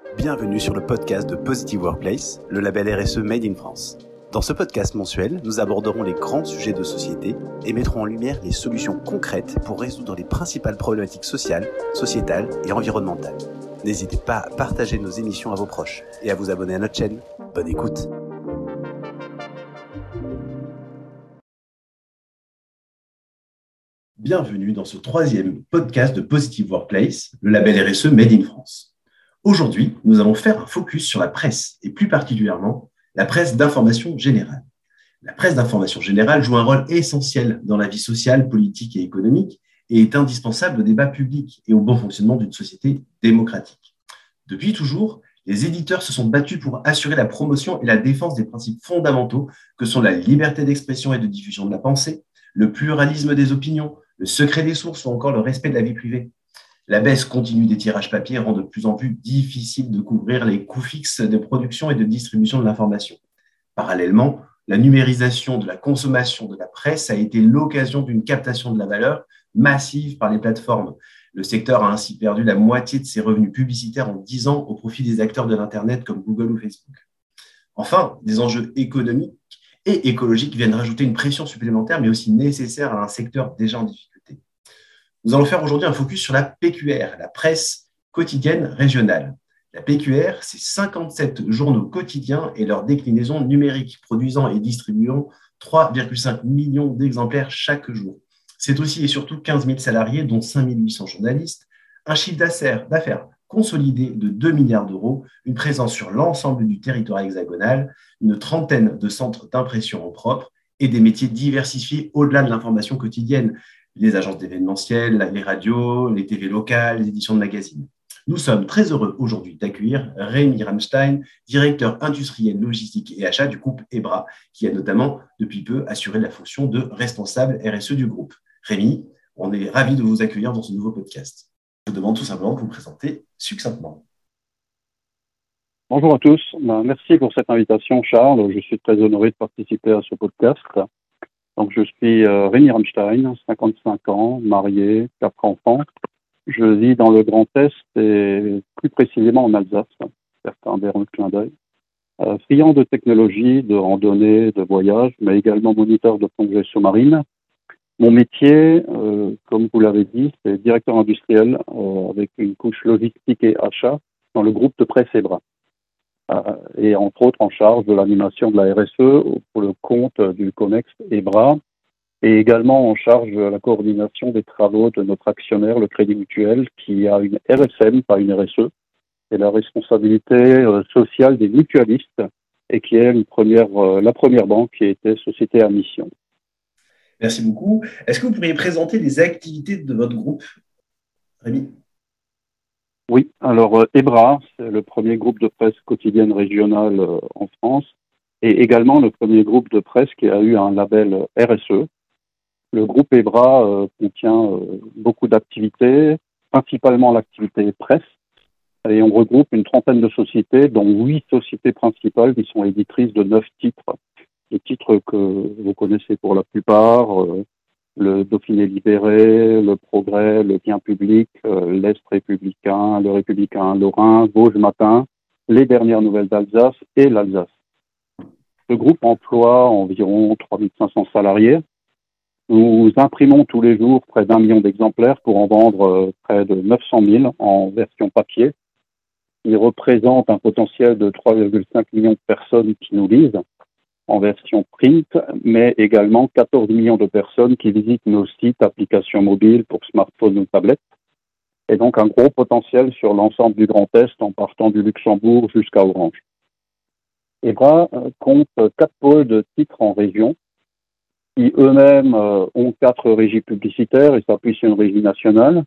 Bienvenue sur le podcast de Positive Workplace, le label RSE Made in France. Dans ce podcast mensuel, nous aborderons les grands sujets de société et mettrons en lumière les solutions concrètes pour résoudre les principales problématiques sociales, sociétales et environnementales. N'hésitez pas à partager nos émissions à vos proches et à vous abonner à notre chaîne. Bonne écoute! Bienvenue dans ce troisième podcast de Positive Workplace, le label RSE Made in France. Aujourd'hui, nous allons faire un focus sur la presse et plus particulièrement la presse d'information générale. La presse d'information générale joue un rôle essentiel dans la vie sociale, politique et économique et est indispensable au débat public et au bon fonctionnement d'une société démocratique. Depuis toujours, les éditeurs se sont battus pour assurer la promotion et la défense des principes fondamentaux que sont la liberté d'expression et de diffusion de la pensée, le pluralisme des opinions, le secret des sources ou encore le respect de la vie privée. La baisse continue des tirages papier rend de plus en plus difficile de couvrir les coûts fixes de production et de distribution de l'information. Parallèlement, la numérisation de la consommation de la presse a été l'occasion d'une captation de la valeur massive par les plateformes. Le secteur a ainsi perdu la moitié de ses revenus publicitaires en 10 ans au profit des acteurs de l'Internet comme Google ou Facebook. Enfin, des enjeux économiques et écologiques viennent rajouter une pression supplémentaire, mais aussi nécessaire à un secteur déjà en difficulté. Nous allons faire aujourd'hui un focus sur la PQR, la presse quotidienne régionale. La PQR, c'est 57 journaux quotidiens et leurs déclinaisons numériques, produisant et distribuant 3,5 millions d'exemplaires chaque jour. C'est aussi et surtout 15 000 salariés, dont 5 800 journalistes, un chiffre d'affaires consolidé de 2 milliards d'euros, une présence sur l'ensemble du territoire hexagonal, une trentaine de centres d'impression en propre et des métiers diversifiés au-delà de l'information quotidienne, les agences d'événementiel, les radios, les TV locales, les éditions de magazines. Nous sommes très heureux aujourd'hui d'accueillir Rémi Ramstein, directeur industriel, logistique et achat du groupe EBRA, qui a notamment depuis peu assuré la fonction de responsable RSE du groupe. Rémi, on est ravis de vous accueillir dans ce nouveau podcast. Je vous demande tout simplement de vous présenter succinctement. Bonjour à tous, merci pour cette invitation Charles, je suis très honoré de participer à ce podcast. Donc je suis Rémi Ramstein, 55 ans, marié, 4 enfants. Je vis dans le Grand Est et plus précisément en Alsace, certains verront le clin d'œil. Friand de technologie, de randonnée, de voyage, mais également moniteur de plongée sous-marine. Mon métier, comme vous l'avez dit, c'est directeur industriel avec une couche logistique et achat dans le groupe de presse EBRA. Et entre autres en charge de l'animation de la RSE pour le compte du COMEX EBRA et également en charge de la coordination des travaux de notre actionnaire, le Crédit Mutuel, qui a une RSM, pas une RSE, et la responsabilité sociale des mutualistes et qui est la première banque qui a été société à mission. Merci beaucoup. Est-ce que vous pourriez présenter les activités de votre groupe, Rémi ? Oui, alors EBRA, c'est le premier groupe de presse quotidienne régionale en France et également le premier groupe de presse qui a eu un label RSE. Le groupe EBRA contient beaucoup d'activités, principalement l'activité presse, et on regroupe une trentaine de sociétés, dont 8 sociétés principales qui sont éditrices de 9 titres. Des titres que vous connaissez pour la plupart, le Dauphiné libéré, le Progrès, le Bien public, l'Est républicain, le Républicain lorrain, Vosges matin, les dernières nouvelles d'Alsace et l'Alsace. Le groupe emploie environ 3500 salariés. Nous imprimons tous les jours près d'1 million d'exemplaires pour en vendre près de 900 000 en version papier. Il représente un potentiel de 3,5 millions de personnes qui nous lisent en version print, mais également 14 millions de personnes qui visitent nos sites, applications mobiles pour smartphones ou tablettes. Et donc un gros potentiel sur l'ensemble du Grand Est en partant du Luxembourg jusqu'à Orange. EBRA compte 4 pôles de titres en région qui eux-mêmes ont 4 régies publicitaires et s'appuient sur une régie nationale.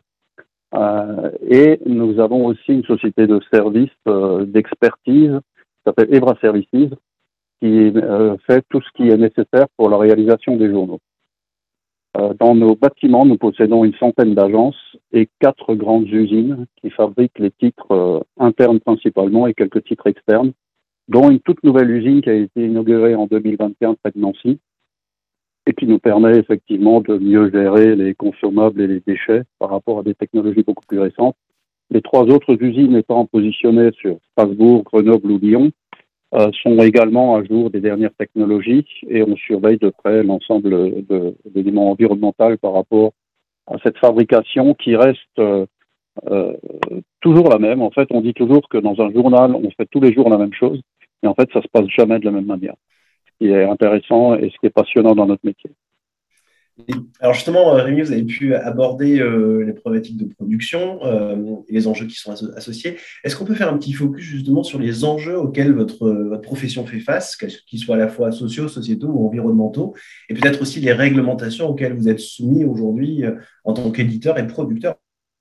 Et nous avons aussi une société de services d'expertise qui s'appelle EBRA Services, qui fait tout ce qui est nécessaire pour la réalisation des journaux. Dans nos bâtiments, nous possédons une centaine d'agences et 4 grandes usines qui fabriquent les titres internes principalement et quelques titres externes, dont une toute nouvelle usine qui a été inaugurée en 2021 près de Nancy et qui nous permet effectivement de mieux gérer les consommables et les déchets par rapport à des technologies beaucoup plus récentes Les 3 autres usines étant positionnées sur Strasbourg, Grenoble ou Lyon, sont également à jour des dernières technologies et on surveille de près l'ensemble de l'élément environnemental par rapport à cette fabrication qui reste toujours la même. En fait, on dit toujours que dans un journal, on fait tous les jours la même chose, mais en fait, ça se passe jamais de la même manière. Ce qui est intéressant et ce qui est passionnant dans notre métier. Alors justement, Rémi, vous avez pu aborder les problématiques de production et les enjeux qui sont associés. Est-ce qu'on peut faire un petit focus justement sur les enjeux auxquels votre profession fait face, qu'ils soient à la fois sociaux, sociétaux ou environnementaux, et peut-être aussi les réglementations auxquelles vous êtes soumis aujourd'hui en tant qu'éditeur et producteur?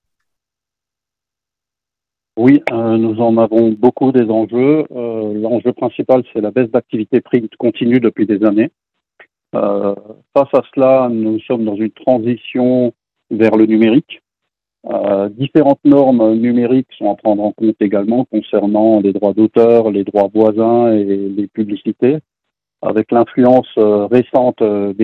Oui, nous en avons beaucoup des enjeux. L'enjeu principal, c'est la baisse d'activité print continue depuis des années. Face à cela, nous sommes dans une transition vers le numérique. Différentes normes numériques sont à prendre en compte également concernant les droits d'auteur, les droits voisins et les publicités, avec l'influence récente des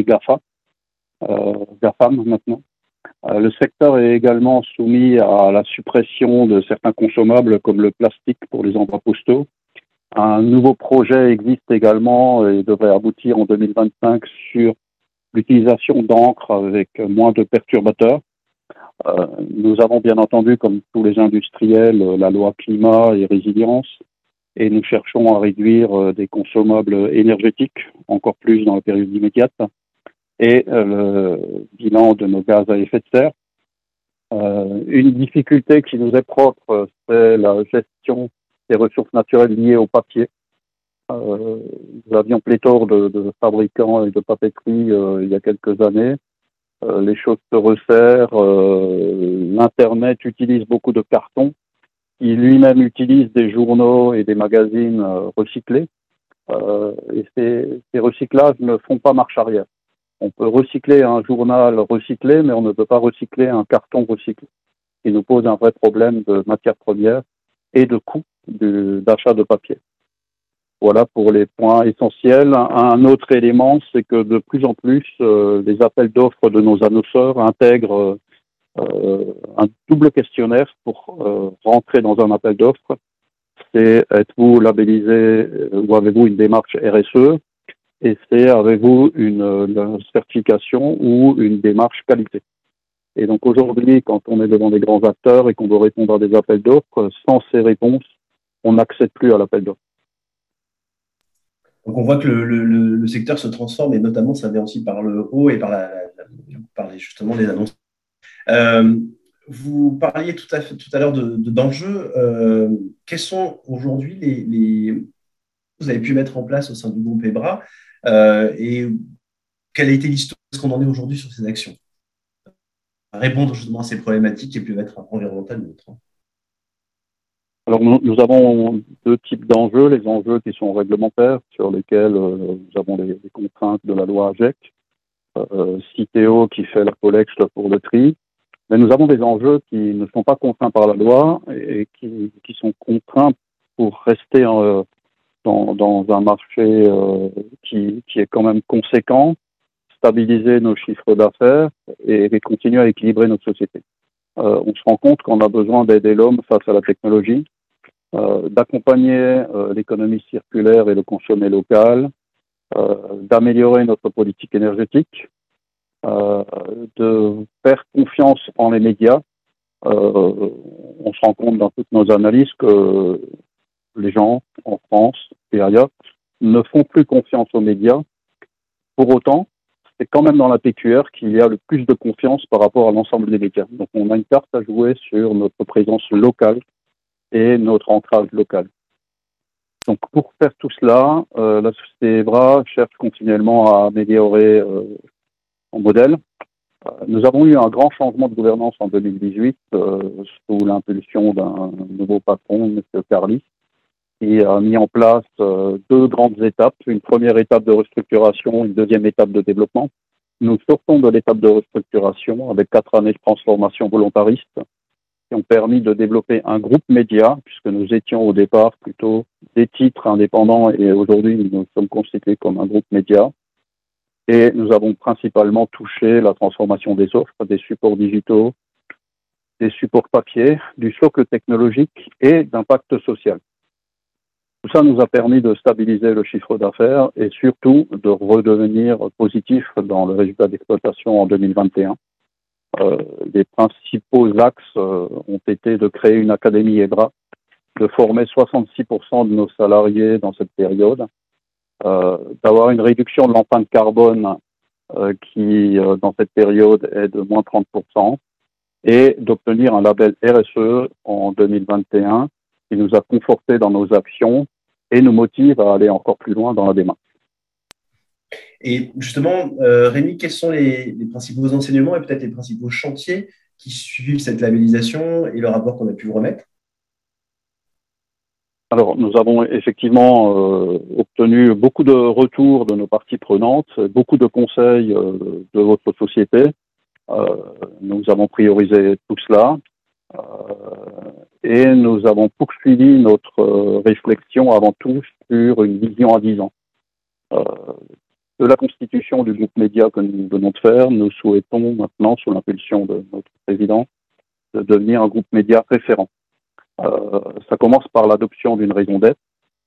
GAFAM maintenant. Le secteur est également soumis à la suppression de certains consommables comme le plastique pour les envois postaux. Un nouveau projet existe également et devrait aboutir en 2025 sur l'utilisation d'encre avec moins de perturbateurs. Nous avons bien entendu, comme tous les industriels, la loi climat et résilience et nous cherchons à réduire des consommables énergétiques, encore plus dans la période immédiate, et le bilan de nos gaz à effet de serre. Une difficulté qui nous est propre, c'est la gestion des ressources naturelles liées au papier. Nous avions pléthore de fabricants et de papeteries il y a quelques années. Les choses se resserrent. L'Internet utilise beaucoup de carton. Il lui-même utilise des journaux et des magazines recyclés. Et ces recyclages ne font pas marche arrière. On peut recycler un journal recyclé, mais on ne peut pas recycler un carton recyclé. Il nous pose un vrai problème de matières premières et de coût d'achat de papier. Voilà pour les points essentiels. Un autre élément, c'est que de plus en plus, les appels d'offres de nos annonceurs intègrent un double questionnaire pour rentrer dans un appel d'offres. C'est êtes-vous labellisé ou avez-vous une démarche RSE et c'est avez-vous une certification ou une démarche qualité. Et donc aujourd'hui, quand on est devant des grands acteurs et qu'on doit répondre à des appels d'offres, sans ces réponses, on n'accède plus à l'appel d'offres. Donc on voit que le secteur se transforme et notamment ça vient aussi par le haut et par justement les annonces. Vous parliez tout à l'heure d'enjeux. Quels sont aujourd'hui les vous avez pu mettre en place au sein du groupe EBRA et quelle a été l'histoire? Est-ce qu'on en est aujourd'hui sur ces actions? Répondre justement à ces problématiques qui peuvent être environnementales ou autres. Alors nous avons 2 types d'enjeux, les enjeux qui sont réglementaires, sur lesquels nous avons les contraintes de la loi AGEC, Citeo qui fait la collecte pour le tri, mais nous avons des enjeux qui ne sont pas contraints par la loi et qui sont contraints pour rester dans un marché qui est quand même conséquent, stabiliser nos chiffres d'affaires et continuer à équilibrer notre société. On se rend compte qu'on a besoin d'aider l'homme face à la technologie, d'accompagner l'économie circulaire et le consommer local, d'améliorer notre politique énergétique, de faire confiance en les médias. On se rend compte dans toutes nos analyses que les gens en France et ailleurs ne font plus confiance aux médias. Pour autant, c'est quand même dans la PQR qu'il y a le plus de confiance par rapport à l'ensemble des médias. Donc on a une carte à jouer sur notre présence locale et notre ancrage local. Donc pour faire tout cela, la société EBRA cherche continuellement à améliorer son modèle. Nous avons eu un grand changement de gouvernance en 2018 sous l'impulsion d'un nouveau patron, M. Carly, qui a mis en place 2 grandes étapes. Une première étape de restructuration, une deuxième étape de développement. Nous sortons de l'étape de restructuration avec 4 années de transformation volontariste qui ont permis de développer un groupe média, puisque nous étions au départ plutôt des titres indépendants et aujourd'hui nous sommes constitués comme un groupe média. Et nous avons principalement touché la transformation des offres, des supports digitaux, des supports papier, du socle technologique et d'impact social. Tout ça nous a permis de stabiliser le chiffre d'affaires et surtout de redevenir positif dans le résultat d'exploitation en 2021. Les principaux axes ont été de créer une académie EBRA, de former 66% de nos salariés dans cette période, d'avoir une réduction de l'empreinte carbone qui, dans cette période, est de moins 30%, et d'obtenir un label RSE en 2021 qui nous a confortés dans nos actions et nous motive à aller encore plus loin dans la démarche. Et justement, Rémi, quels sont les principaux enseignements et peut-être les principaux chantiers qui suivent cette labellisation et le rapport qu'on a pu vous remettre? Alors, nous avons effectivement obtenu beaucoup de retours de nos parties prenantes, beaucoup de conseils de votre société. Nous avons priorisé tout cela et nous avons poursuivi notre réflexion avant tout sur une vision à 10 ans. De la constitution du groupe média que nous venons de faire, nous souhaitons maintenant, sous l'impulsion de notre président, de devenir un groupe média référent. Ça commence par l'adoption d'une raison d'être.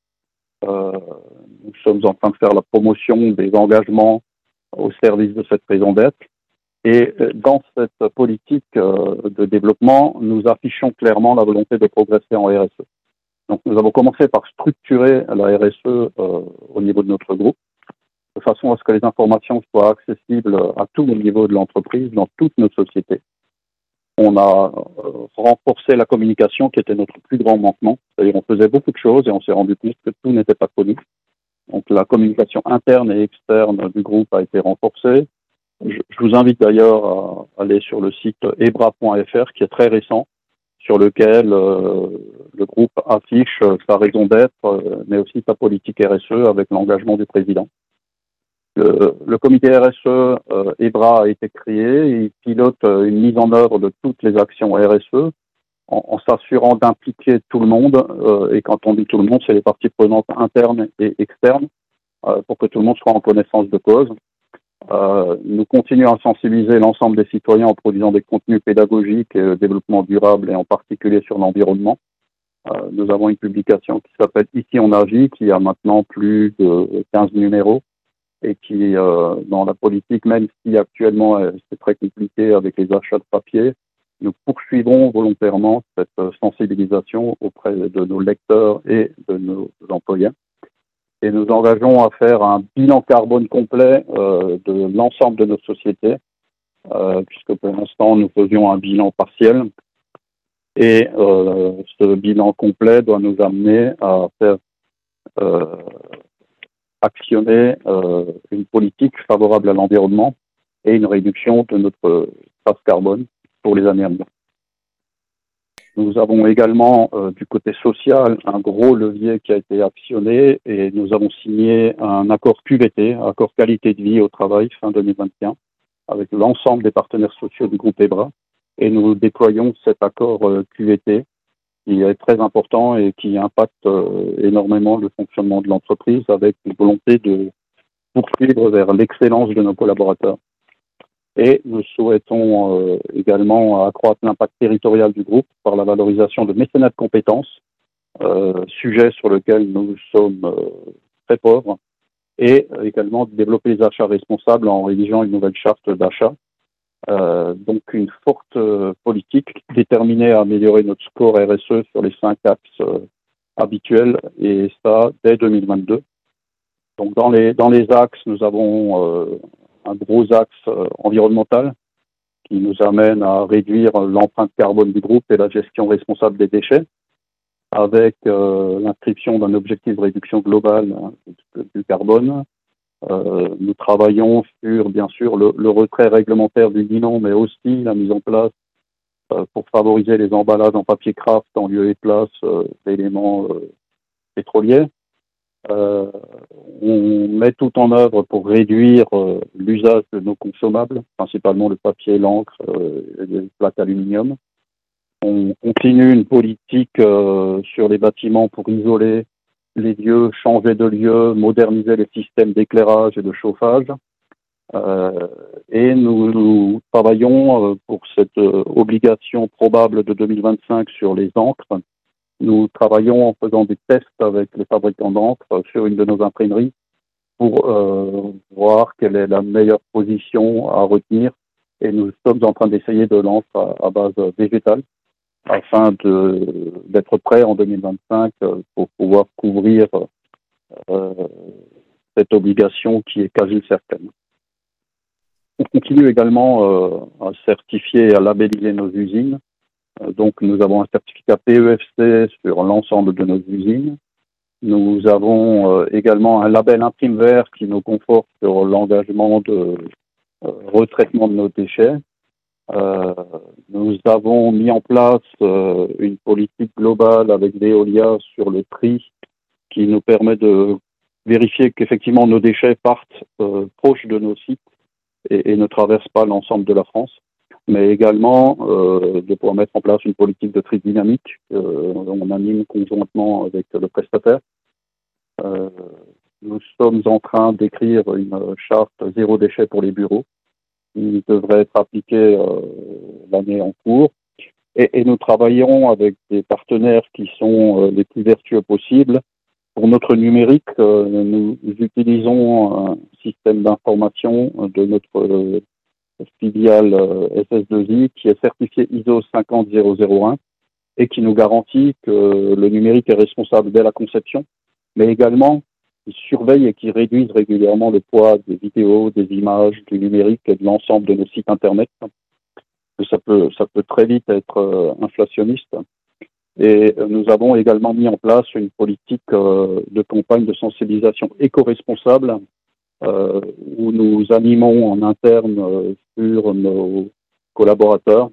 Nous sommes en train de faire la promotion des engagements au service de cette raison d'être. Et dans cette politique de développement, nous affichons clairement la volonté de progresser en RSE. Donc nous avons commencé par structurer la RSE au niveau de notre groupe, de façon à ce que les informations soient accessibles à tous les niveaux de l'entreprise, dans toutes nos sociétés. On a renforcé la communication qui était notre plus grand manquement. C'est-à-dire on faisait beaucoup de choses et on s'est rendu compte que tout n'était pas connu. Donc la communication interne et externe du groupe a été renforcée. Je vous invite d'ailleurs à aller sur le site ebra.fr qui est très récent, sur lequel le groupe affiche sa raison d'être, mais aussi sa politique RSE avec l'engagement du président. Le comité RSE EBRA a été créé et il pilote une mise en œuvre de toutes les actions RSE en s'assurant d'impliquer tout le monde. Et quand on dit tout le monde, c'est les parties prenantes internes et externes pour que tout le monde soit en connaissance de cause. Nous continuons à sensibiliser l'ensemble des citoyens en produisant des contenus pédagogiques et développement durable et en particulier sur l'environnement. Nous avons une publication qui s'appelle Ici on agit, qui a maintenant plus de 15 numéros et qui, dans la politique, même si actuellement c'est très compliqué avec les achats de papier, nous poursuivrons volontairement cette sensibilisation auprès de nos lecteurs et de nos employés. Et nous engageons à faire un bilan carbone complet de l'ensemble de nos sociétés, puisque pour l'instant, nous faisions un bilan partiel. Et ce bilan complet doit nous amener à faire actionner une politique favorable à l'environnement et une réduction de notre trace carbone pour les années à venir. Nous avons également, du côté social, un gros levier qui a été actionné et nous avons signé un accord QVT, accord qualité de vie au travail, fin 2021, avec l'ensemble des partenaires sociaux du groupe EBRA. Et nous déployons cet accord QVT qui est très important et qui impacte énormément le fonctionnement de l'entreprise avec une volonté de poursuivre vers l'excellence de nos collaborateurs. Et nous souhaitons également accroître l'impact territorial du groupe par la valorisation de mécénat de compétences, sujet sur lequel nous sommes très pauvres, et également développer les achats responsables en rédigeant une nouvelle charte d'achat. Donc une forte politique déterminée à améliorer notre score RSE sur les 5 axes habituels, et ça dès 2022. Donc dans les axes, nous avons un gros axe environnemental qui nous amène à réduire l'empreinte carbone du groupe et la gestion responsable des déchets, avec l'inscription d'un objectif de réduction globale du carbone. Nous travaillons sur, bien sûr, le retrait réglementaire du bilan, mais aussi la mise en place pour favoriser les emballages en papier craft en lieu et place d'éléments pétroliers. On met tout en œuvre pour réduire l'usage de nos consommables, principalement le papier, l'encre et les plaques aluminium. On continue une politique sur les bâtiments pour isoler les lieux, changer de lieu, moderniser les systèmes d'éclairage et de chauffage. Et nous travaillons pour cette obligation probable de 2025 sur les encres. Nous travaillons en faisant des tests avec les fabricants d'encre sur une de nos imprimeries pour voir quelle est la meilleure position à retenir. Et nous sommes en train d'essayer de l'encre à base végétale afin d'être prêts en 2025 pour pouvoir couvrir cette obligation qui est quasi certaine. On continue également à certifier et à labelliser nos usines. Donc, nous avons un certificat PEFC sur l'ensemble de nos usines. Nous avons également un label Imprime Vert qui nous conforte sur l'engagement de retraitement de nos déchets. Nous avons mis en place une politique globale avec Veolia sur le tri qui nous permet de vérifier qu'effectivement nos déchets partent proches de nos sites et ne traversent pas l'ensemble de la France, mais également de pouvoir mettre en place une politique de tri dynamique. On anime conjointement avec le prestataire. Nous sommes en train d'écrire une charte zéro déchet pour les bureaux qui devrait être appliquée l'année en cours. Et nous travaillons avec des partenaires qui sont les plus vertueux possibles. Pour notre numérique, nous utilisons un système d'information de notre filiale SS2I qui est certifié ISO 50001 et qui nous garantit que le numérique est responsable dès la conception, mais également qui surveille et qui réduise régulièrement le poids des vidéos, des images, du numérique et de l'ensemble de nos sites Internet. Ça peut très vite être inflationniste. Et nous avons également mis en place une politique de campagne de sensibilisation éco-responsable où nous animons en interne sur nos collaborateurs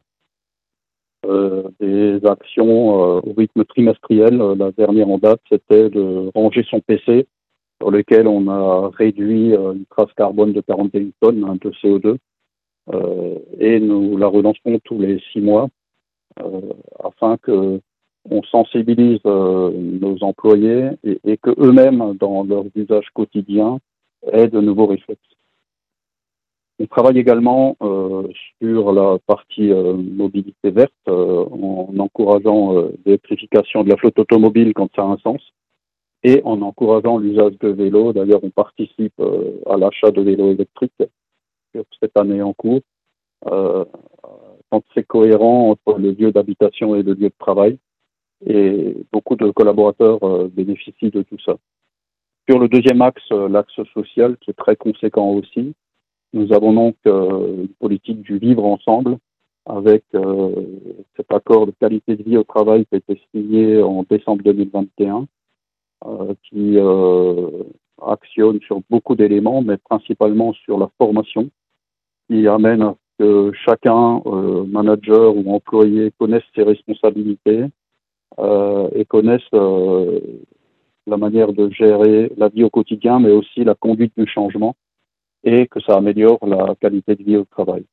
des actions au rythme trimestriel. La dernière en date, c'était de ranger son PC, sur lequel on a réduit une trace carbone de 41 tonnes de CO2. Et nous la relancerons tous les 6 mois afin que on sensibilise nos employés et que eux-mêmes, dans leurs usages quotidiens, aient de nouveaux réflexes. On travaille également sur la partie mobilité verte en encourageant l'électrification de la flotte automobile quand ça a un sens et en encourageant l'usage de vélos. D'ailleurs, on participe à l'achat de vélos électriques cette année en cours quand c'est cohérent entre le lieu d'habitation et le lieu de travail. Et beaucoup de collaborateurs bénéficient de tout ça. Sur le deuxième axe, l'axe social, qui est très conséquent aussi, nous avons donc une politique du vivre ensemble avec cet accord de qualité de vie au travail qui a été signé en décembre 2021, qui actionne sur beaucoup d'éléments, mais principalement sur la formation, qui amène à ce que chacun, manager ou employé, connaisse ses responsabilités, et connaissent la manière de gérer la vie au quotidien, mais aussi la conduite du changement, et que ça améliore la qualité de vie au travail.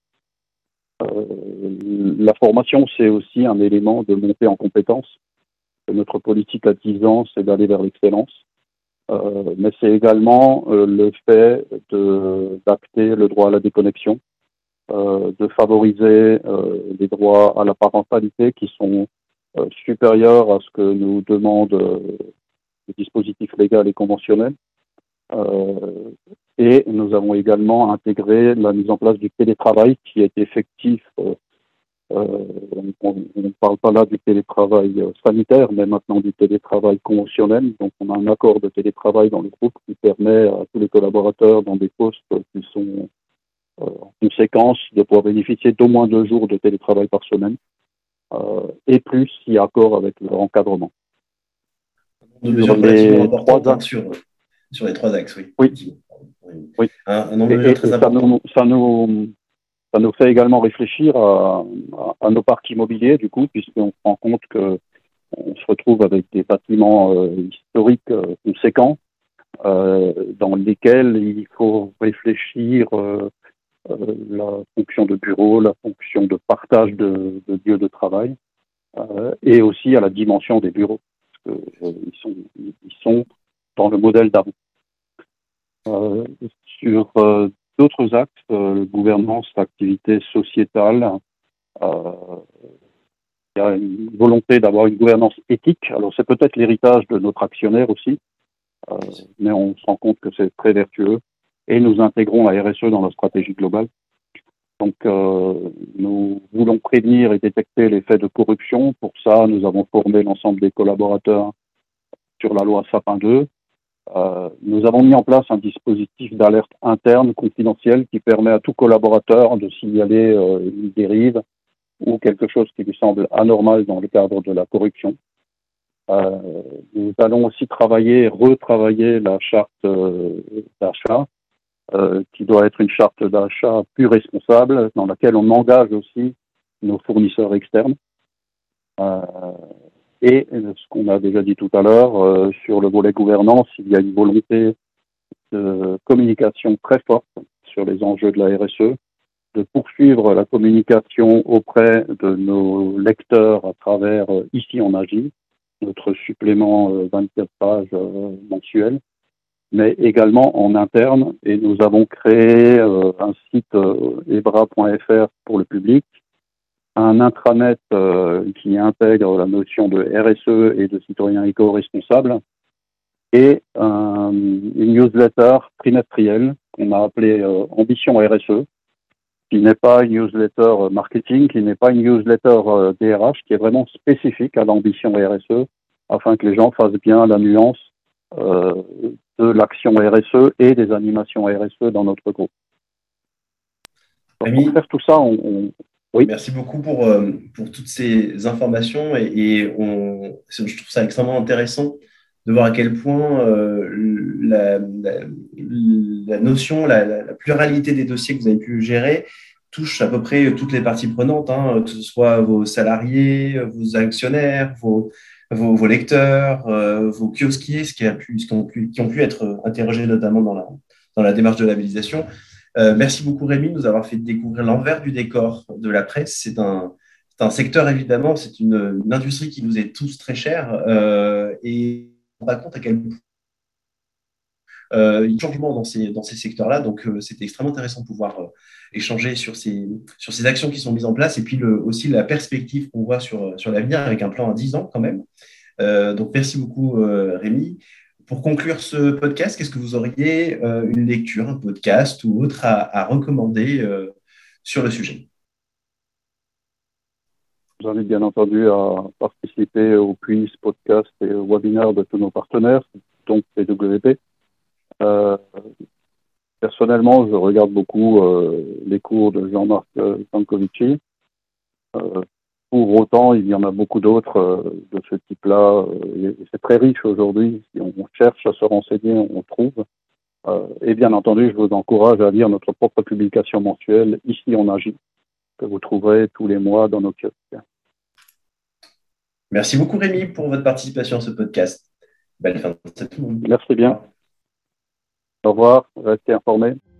La formation, c'est aussi un élément de montée en compétences. Notre politique à 10 ans, c'est d'aller vers l'excellence, mais c'est également le fait d'acter le droit à la déconnexion, de favoriser les droits à la parentalité qui sont supérieur à ce que nous demandent les dispositifs légaux et conventionnels. Et nous avons également intégré la mise en place du télétravail qui est effectif. On ne parle pas là du télétravail sanitaire, mais maintenant du télétravail conventionnel. Donc on a un accord de télétravail dans le groupe qui permet à tous les collaborateurs dans des postes qui sont en conséquence de pouvoir bénéficier d'au moins 2 jours de télétravail par semaine. Et plus si accord avec leur encadrement. Une mesure relativement importante sur les 3 axes, oui. Oui. Un enjeu très important. Ça nous fait également réfléchir à nos parcs immobiliers, du coup, puisqu'on se rend compte qu'on se retrouve avec des bâtiments historiques conséquents, dans lesquels il faut réfléchir la fonction de bureau, la fonction de partage de lieux de travail, et aussi à la dimension des bureaux, parce qu'ils sont dans le modèle d'avant. Sur d'autres axes, gouvernance, activité sociétale. Il y a une volonté d'avoir une gouvernance éthique. Alors, c'est peut-être l'héritage de notre actionnaire aussi, mais on se rend compte que c'est très vertueux. Et nous intégrons la RSE dans la stratégie globale. Donc, nous voulons prévenir et détecter les faits de corruption. Pour ça, nous avons formé l'ensemble des collaborateurs sur la loi Sapin 2. Nous avons mis en place un dispositif d'alerte interne confidentielle qui permet à tout collaborateur de signaler une dérive ou quelque chose qui lui semble anormal dans le cadre de la corruption. Nous allons aussi retravailler la charte d'achat, qui doit être une charte d'achat plus responsable, dans laquelle on engage aussi nos fournisseurs externes. Et ce qu'on a déjà dit tout à l'heure, sur le volet gouvernance, il y a une volonté de communication très forte sur les enjeux de la RSE, de poursuivre la communication auprès de nos lecteurs à travers Ici on agit, notre supplément 24 pages mensuel, mais également en interne. Et nous avons créé un site ebra.fr pour le public, un intranet qui intègre la notion de RSE et de citoyen éco-responsable, et une newsletter trimestrielle qu'on a appelée Ambition RSE, qui n'est pas une newsletter marketing, qui n'est pas une newsletter DRH, qui est vraiment spécifique à l'ambition RSE, afin que les gens fassent bien la nuance de l'action RSE et des animations RSE dans notre groupe. Donc, pour faire tout ça, oui. Merci beaucoup pour toutes ces informations je trouve ça extrêmement intéressant de voir à quel point la notion, la pluralité des dossiers que vous avez pu gérer touche à peu près toutes les parties prenantes, que ce soit vos salariés, vos actionnaires, vos lecteurs, vos kiosquiers, qui ont pu être interrogés notamment dans la démarche de labellisation. Merci beaucoup Rémi de nous avoir fait découvrir l'envers du décor de la presse. C'est un secteur évidemment, c'est une industrie qui nous est tous très chère et on se rend compte à quel point il y a un changement dans ces secteurs-là. Donc c'était extrêmement intéressant de pouvoir échanger sur ces actions qui sont mises en place et puis aussi la perspective qu'on voit sur l'avenir avec un plan à 10 ans quand même. Donc merci beaucoup Rémi. Pour conclure ce podcast, qu'est-ce que vous auriez une lecture, un podcast ou autre à recommander sur le sujet? Je vous invite bien entendu à participer au quiz, podcast et au webinaire de tous nos partenaires, donc PWP. Personnellement, je regarde beaucoup les cours de Jean-Marc Jancovici. Pour autant, il y en a beaucoup d'autres de ce type-là. C'est très riche aujourd'hui. Si on cherche à se renseigner, on trouve. Et bien entendu, je vous encourage à lire notre propre publication mensuelle, Ici on agit, que vous trouverez tous les mois dans nos kiosques. Merci beaucoup Rémi pour votre participation à ce podcast. Belle fin de tout le monde. Merci bien. Au revoir, restez informés.